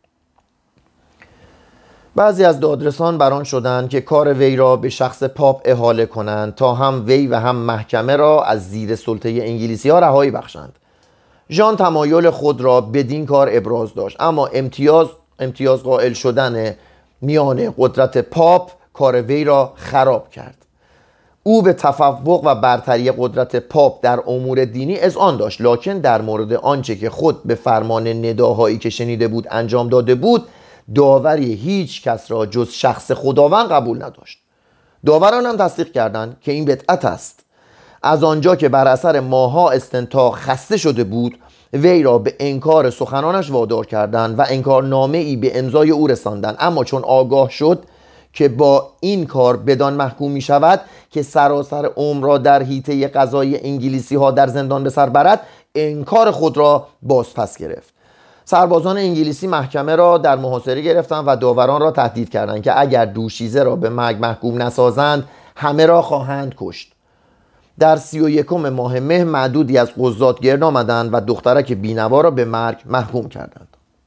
بعضی از دادرسان بران شدند که کار وی را به شخص پاپ احاله کنند تا هم وی و هم محکمه را از زیر سلطه انگلیسی ها رهایی بخشند. ژان تمایل خود را بدین کار ابراز داشت، اما امتیاز امتیاز قائل شدن میان قدرت پاپ کار وی را خراب کرد. او به تفوق و برتری قدرت پاپ در امور دینی اذعان داشت، لکن در مورد آنچه که خود به فرمان نداهایی که شنیده بود انجام داده بود داوری هیچ کس را جز شخص خداوند قبول نداشت. داوران هم تصدیق کردند که این بدعت است. از آنجا که بر اثر ماها استنتاق خسته شده بود وی را به انکار سخنانش وادار کردند و انکارنامه ای به امضای او رساندند، اما چون آگاه شد که با این کار بدان محکوم می شود که سراسر عمر را در حیطه قضای انگلیسی ها در زندان به سر برد انکار خود را باز پس گرفت. سربازان انگلیسی محکمه را در محاصره گرفتند و داوران را تهدید کردند که اگر دوشیزه را به مرگ محکوم نسازند همه را خواهند کشت. در سی و یکم ماه مه معدودی از قضات گرد آمدند و دخترک بینوا را به مرگ محکوم کردند.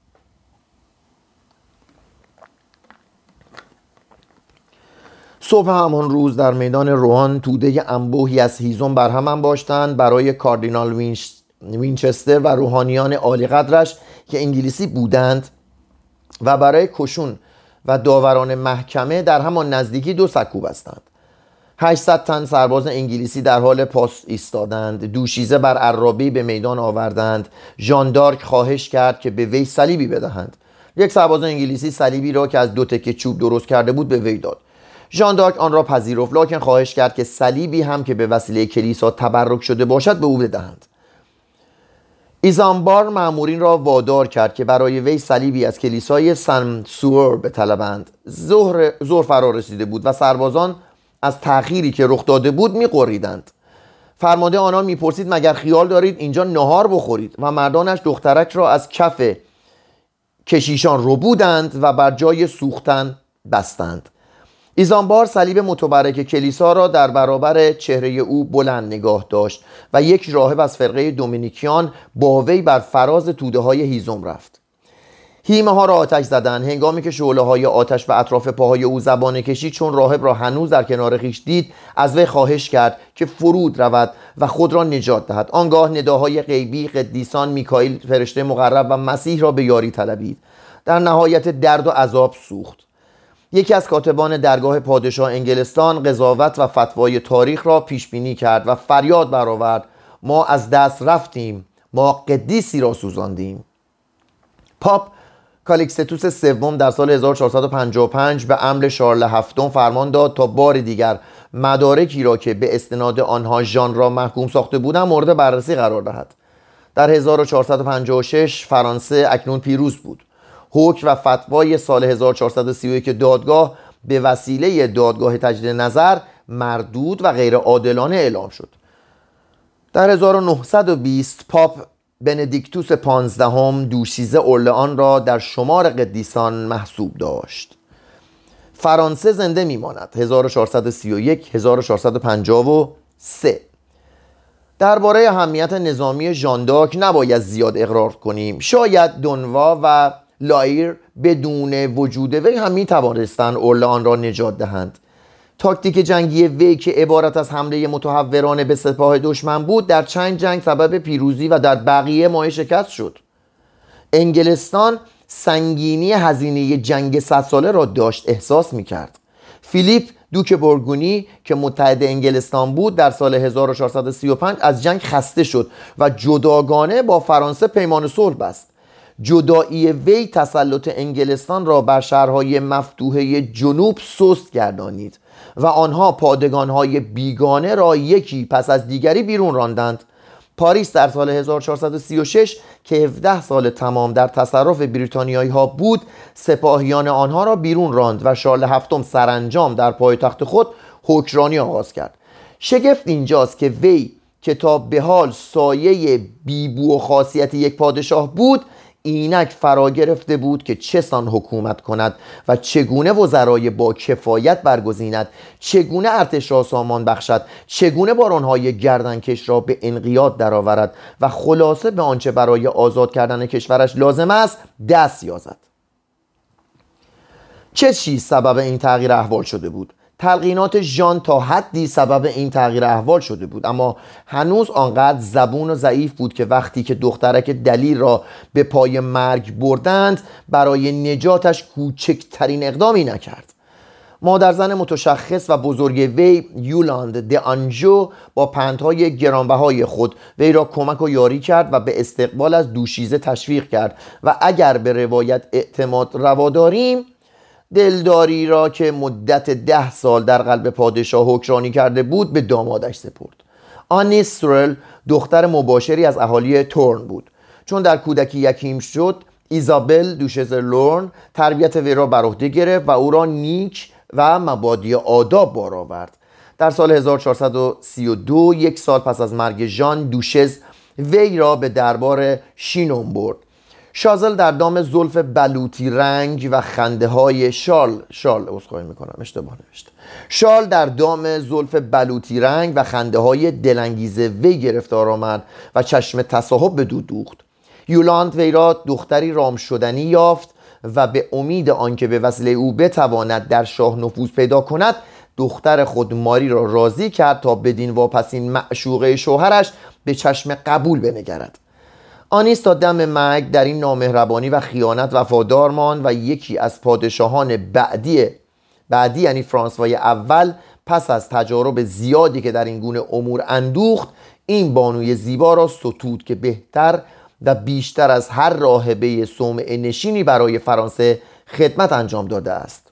صبح همان روز در میدان روان توده انبوهی از هیزم برهم انباشتند برای کاردینال وینش وینچستر و روحانیان عالی قدرش که انگلیسی بودند و برای کشون و داوران محکمه در همان نزدیکی دو سکو بستند. هشتصد تن سرباز انگلیسی در حال پاس ایستادند. دوشیزه بر عرابه‌ای به میدان آوردند. ژان دارک خواهش کرد که به وی صلیبی بدهند. یک سرباز انگلیسی صلیبی را که از دو تکه چوب درست کرده بود به وی داد. ژان دارک آن را پذیرفت، لکن خواهش کرد که صلیبی هم که به وسیله کلیسا تبرک شده باشد به او بدهند. ایزانبار مأمورین را وادار کرد که برای وی صلیبی از کلیسای سن سور بطلبند. ظهر ظهر فرا رسیده بود و سربازان از تأخیری که رخ داده بود می‌غریدند. فرمانده آنان می‌پرسید مگر خیال دارید اینجا نهار بخورید؟ و مردانش دخترک را از کف کشیشان ربودند و بر جای سوختن بستند. ایزانبار صلیب متبرک کلیسا را در برابر چهره او بلند نگاه داشت و یک راهب از فرقه دومینیکیان با وی بر فراز توده های هیزم رفت. هیمه ها را آتش زدند. هنگامی که شعله های آتش به اطراف پاهای او زبانه کشید، چون راهب را هنوز در کنار خویش دید، از وی خواهش کرد که فرود رود و خود را نجات دهد. آنگاه نداهای غیبی قدیسان میکائیل فرشته مقرب و مسیح را به یاری طلبید. در نهایت درد و عذاب سوخت. یکی از کاتبان درگاه پادشاه انگلستان قضاوت و فتوای تاریخ را پیش بینی کرد و فریاد برآورد: ما از دست رفتیم، ما قدیسی را سوزاندیم. پاپ کالیکستوس سوم در سال هزار و چهارصد و پنجاه و پنج به امر شارل هفتم فرمان داد تا بار دیگر مدارکی را که به استناد آنها ژان را محکوم ساخته بودند مورد بررسی قرار دهد. در هزار و چهارصد و پنجاه و شش فرانسه اکنون پیروز بود. حکم و فتوای سال هزار و چهارصد و سی و یک دادگاه به وسیله دادگاه تجدید نظر مردود و غیر عادلانه اعلام شد. در هزار و نهصد و بیست پاپ بندیکتوس پانزدهم دوشیزه اورلئان را در شمار قدیسان محسوب داشت. فرانسه زنده میماند. هزار و چهارصد و سی و یک هزار و چهارصد و پنجاه و سه. درباره اهمیت نظامی ژان دارک نباید زیاد اقرار کنیم. شاید دونوا و لایر بدون وجود وی هم می توانستند اورلئان را نجات دهند. تاکتیک جنگی وی که عبارت از حمله متهورانه به سپاه دشمن بود در چند جنگ سبب پیروزی و در بقیه مایه شکست شد. انگلستان سنگینی هزینه جنگ صد ساله را داشت احساس می کرد. فیلیپ دوک بورگونی که متحد انگلستان بود در سال هزار و چهارصد و سی و پنج از جنگ خسته شد و جداگانه با فرانسه پیمان صلح بست. جدایی وی تسلط انگلستان را بر شهرهای مفتوحه جنوب سست گردانید و آنها پادگانهای بیگانه را یکی پس از دیگری بیرون راندند. پاریس در سال هزار و چهارصد و سی و شش که هفده سال تمام در تصرف بریتانیایی ها بود سپاهیان آنها را بیرون راند و شارل هفتم سرانجام در پایتخت خود حکمرانی آغاز کرد. شگفت اینجاست که وی که تا به حال سایه بیبو و خاصیت یک پادشاه بود اینک فرا گرفته بود که چه سان حکومت کند و چگونه وزرای با کفایت برگزیند، چگونه ارتش را سامان بخشد، چگونه بارانهای گردنکش را به انقیاد درآورد و خلاصه به آنچه برای آزاد کردن کشورش لازم است دست یازد. چه چیز سبب این تغییر احوال شده بود؟ تلقینات ژان تا حدی سبب این تغییر احوال شده بود، اما هنوز آنقدر زبون و ضعیف بود که وقتی که دخترک دلیر را به پای مرگ بردند برای نجاتش کوچکترین اقدامی نکرد. مادرزن متشخص و بزرگ وی یولاند د آنژو با پندهای گرانبهای خود وی را کمک و یاری کرد و به استقبال از دوشیزه تشویق کرد و اگر به روایت اعتماد روا داریم دلداری را که مدت ده سال در قلب پادشاه حکمرانی کرده بود به دامادش سپرد. آنیس سورل دختر مباشری از اهالی تورن بود. چون در کودکی یتیم شد ایزابل دوشز لورن تربیت وی را بر عهده گرفت و او را نیک و مبادی آداب بار آورد. در سال هزار و چهارصد و سی و دو یک سال پس از مرگ ژان دوشز وی را به دربار شینون برد. شازل در دام زلف بلوطی رنگ و خنده های شارل شارل عذرخواهی میکنم اشتباه نوشته شارل در دام زلف بلوطی رنگ و خنده های دلانگیز وی گرفتار آمد و چشم تصاحب به دو دوخت. یولاند وی را دختری رام شدنی یافت و به امید آنکه به وسیله او بتواند در شاه نفوذ پیدا کند دختر خود ماری را راضی کرد تا بدین واپسین معشوقه شوهرش به چشم قبول بنگرد. آنیس تا دم مرگ در این نامهربانی و خیانت وفادار ماند و یکی از پادشاهان بعدی بعدی یعنی فرانسوای اول پس از تجارب زیادی که در این گونه امور اندوخت این بانوی زیبا را ستود که بهتر و بیشتر از هر راهبه صومعه نشینی برای فرانسه خدمت انجام داده است.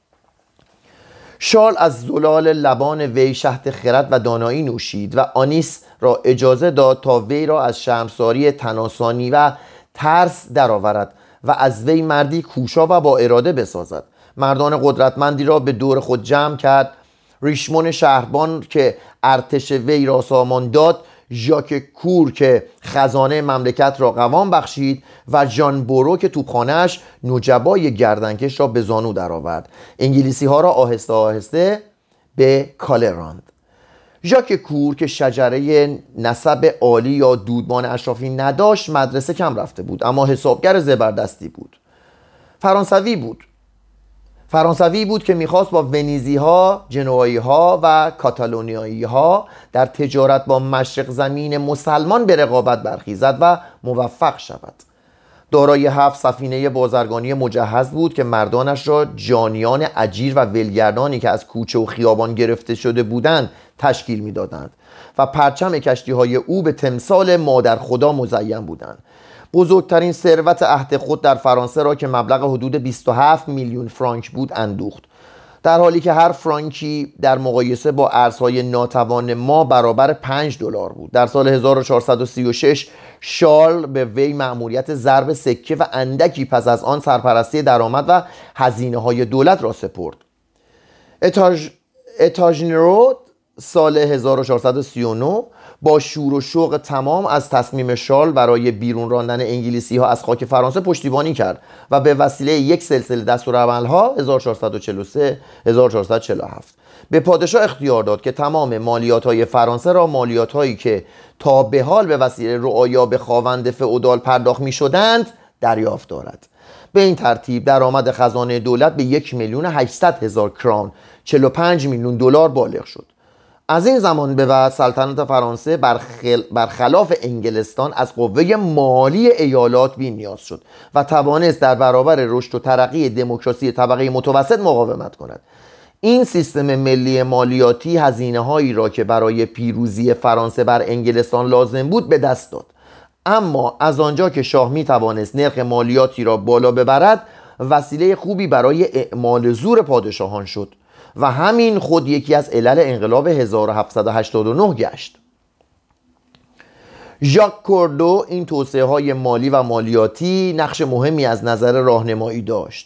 شارل از زلال لبان وی شهد خرد و دانایی نوشید و آنیس را اجازه داد تا وی را از شرمساری تناسانی و ترس درآورد و از وی مردی کوشا و با اراده بسازد. مردان قدرتمندی را به دور خود جمع کرد. ریشمون شهربان که ارتش وی را سامان داد ژاک کور که خزانه مملکت را قوام بخشید و ژان بورو که توپخانه‌اش نجبای گردنکش را به زانو درآورد. انگلیسی ها را آهسته آهسته به کاله راند. ژاک کور که شجره نسب عالی یا دودمان اشرافی نداشت، مدرسه کم رفته بود، اما حسابگر زبردستی بود. فرانسوی بود فرانسوی بود که میخواست با ونیزی ها، جنوایی ها و کاتالونیایی ها در تجارت با مشرق زمین مسلمان به رقابت برخیزد و موفق شود. دارای هفت سفینه بازرگانی مجهز بود که مردانش را جانیان اجیر و ولگردانی که از کوچه و خیابان گرفته شده بودند تشکیل میدادند و پرچم کشتی های او به تمثال مادر خدا مزین بودند. بزرگترین ثروت عهد خود در فرانسه را که مبلغ حدود بیست و هفت میلیون فرانک بود اندوخت، در حالی که هر فرانکی در مقایسه با ارزهای ناتوان ما برابر پنج دلار بود. در سال هزار و چهارصد و سی و شش شارل به وی مأموریت ضرب سکه و اندکی پس از آن سرپرستی درآمد و هزینه های دولت را سپرد. اتاژ... اتاژنرو سال هزار و چهارصد و سی و نه با شور و شوق تمام از تصمیم شارل برای بیرون راندن انگلیسی ها از خاک فرانسه پشتیبانی کرد و به وسیله یک سلسله دستورالعمل‌ها هزار و چهارصد و چهل و سه هزار و چهارصد و چهل و هفت به پادشاه اختیار داد که تمام مالیات های فرانسه را، مالیات هایی که تا به حال به وسیله رعایا به خاوند فئودال پرداخت می شدند، دریافت دارد. به این ترتیب درآمد خزانه دولت به یک میلیون و هشتصد هزار کرون، چهل و پنج میلیون دلار بالغ شد. از این زمان به بعد سلطنت فرانسه برخل... برخلاف انگلستان از قوه مالی ایالات بی نیاز شد و توانست در برابر رشد و ترقی دموکراسی طبقه متوسط مقاومت کند. این سیستم ملی مالیاتی هزینه هایی را که برای پیروزی فرانسه بر انگلستان لازم بود به دست داد، اما از آنجا که شاه می توانست نرخ مالیاتی را بالا ببرد، وسیله خوبی برای اعمال زور پادشاهان شد و همین خود یکی از علل انقلاب هزار و هفتصد و هشتاد و نه گشت. ژاک کوردو این توسعه های مالی و مالیاتی نقش مهمی از نظر راهنمایی داشت.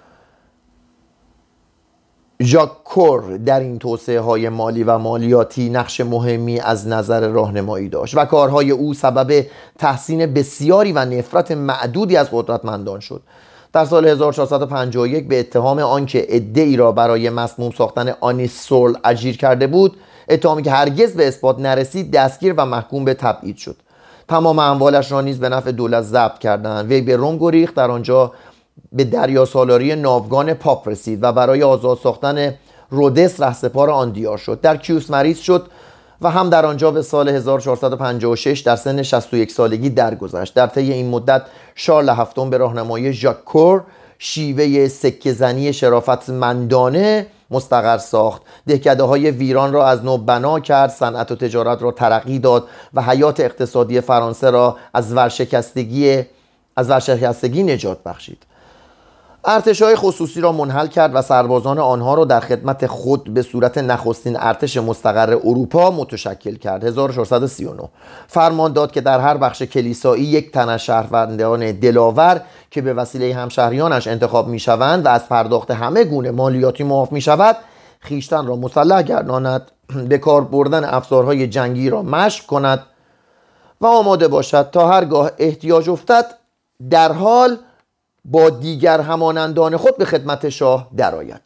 ژاک کور در این توسعه های مالی و مالیاتی نقش مهمی از نظر راهنمایی داشت و کارهای او سبب تحسین بسیاری و نفرت معدودی از قدرتمندان شد. در سال هزار و چهارصد و پنجاه و یک به اتهام آنکه عده‌ای را برای مسموم ساختن آنیس سورل اجیر کرده بود، اتهامی که هرگز به اثبات نرسید، دستگیر و محکوم به تبعید شد. تمام اموالش را نیز به نفع دولت ضبط کردند. وی به روم گریخت، در آنجا به دریا سالاری ناوگان پاپ رسید و برای آزاد ساختن رودس رهسپار آن دیار شد. در کیوس مریض شد و هم در آنجا به سال هزار و چهارصد و پنجاه و شش در سن شصت و یک سالگی درگذشت. در طی این مدت شارل هفتم به راهنمایی ژاک کور شیوه سکه زنی شرافتمندانه مستقر ساخت، دهکده های ویران را از نو بنا کرد، صنعت و تجارت را ترقی داد و حیات اقتصادی فرانسه را از ورشکستگی از ورشکستگی نجات بخشید. ارتش‌های خصوصی را منحل کرد و سربازان آنها را در خدمت خود به صورت نخستین ارتش مستقر اروپا متشکل کرد. هزار و چهارصد و سی و نه فرمان داد که در هر بخش کلیسایی یک تن از شهروندان دلاور که به وسیله همشهریانش انتخاب می‌شوند و از پرداخت همه گونه مالیاتی معاف می‌شود، خویشتن را مسلح گرداند، به کار بردن افزارهای جنگی را مشق کند و آماده باشد تا هرگاه احتیاج افتد در حال با دیگر همانندان خود به خدمت شاه درآید.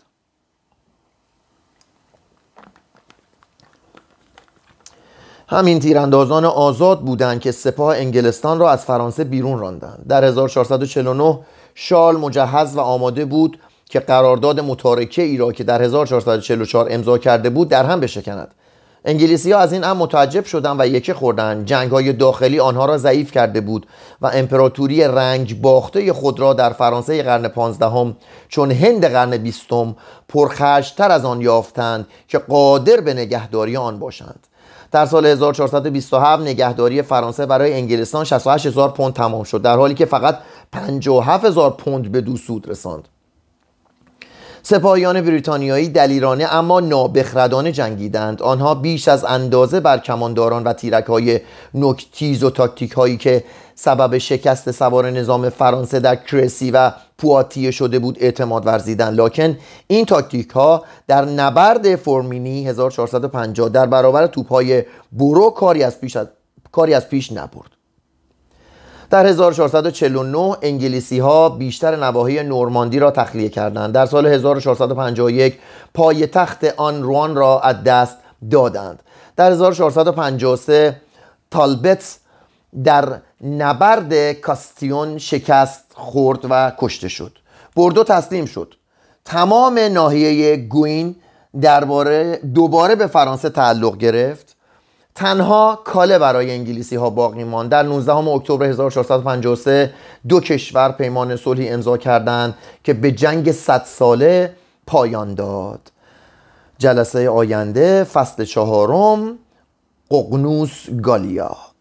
همین تیراندازان آزاد بودند که سپاه انگلستان را از فرانسه بیرون راندند. در هزار و چهارصد و چهل و نه شارل مجهز و آماده بود که قرارداد متارکه ای را که در هزار و چهارصد و چهل و چهار امضا کرده بود در هم بشکند. انگلیسی ها از این امر متعجب شدند و یکی خوردند. جنگ های داخلی آنها را ضعیف کرده بود و امپراتوری رنج باخته خود را در فرانسه قرن پانزدهم چون هند قرن بیستم پرخرج‌تر از آن یافتند که قادر به نگهداری آن باشند. در سال هزار و چهارصد و بیست و هفت نگهداری فرانسه برای انگلستان شصت و هشت هزار پوند تمام شد، در حالی که فقط پنجاه و هفت هزار پوند به دو سود رساند. سپاهیان بریتانیایی دلیرانه اما نابخردانه جنگیدند. آنها بیش از اندازه بر کمانداران و تیرک‌های نوک‌تیز و تاکتیک‌هایی که سبب شکست سوار نظام فرانسه در کرسی و پواتیه شده بود اعتماد ورزیدند، لکن این تاکتیک‌ها در نبرد فورمینی هزار و چهارصد و پنجاه در برابر توپ‌های بورو کاری از پیش از کاری از پیش نبرد. در هزار و چهارصد و چهل و نه انگلیسی ها بیشتر نواحی نورماندی را تخلیه کردند. در سال هزار و چهارصد و پنجاه و یک پایتخت آن روان را از دست دادند. در هزار و چهارصد و پنجاه و سه تالبت در نبرد کاستیون شکست خورد و کشته شد. بوردو تسلیم شد. تمام ناحیه گوین درباره دوباره به فرانسه تعلق گرفت. تنها کاله برای انگلیسی ها باقی ماند. در نوزدهم اکتبر هزار و چهارصد و پنجاه و سه دو کشور پیمان صلحی امضا کردند که به جنگ صد ساله پایان داد. جلسه آینده فصل چهارم، ققنوس گالیا.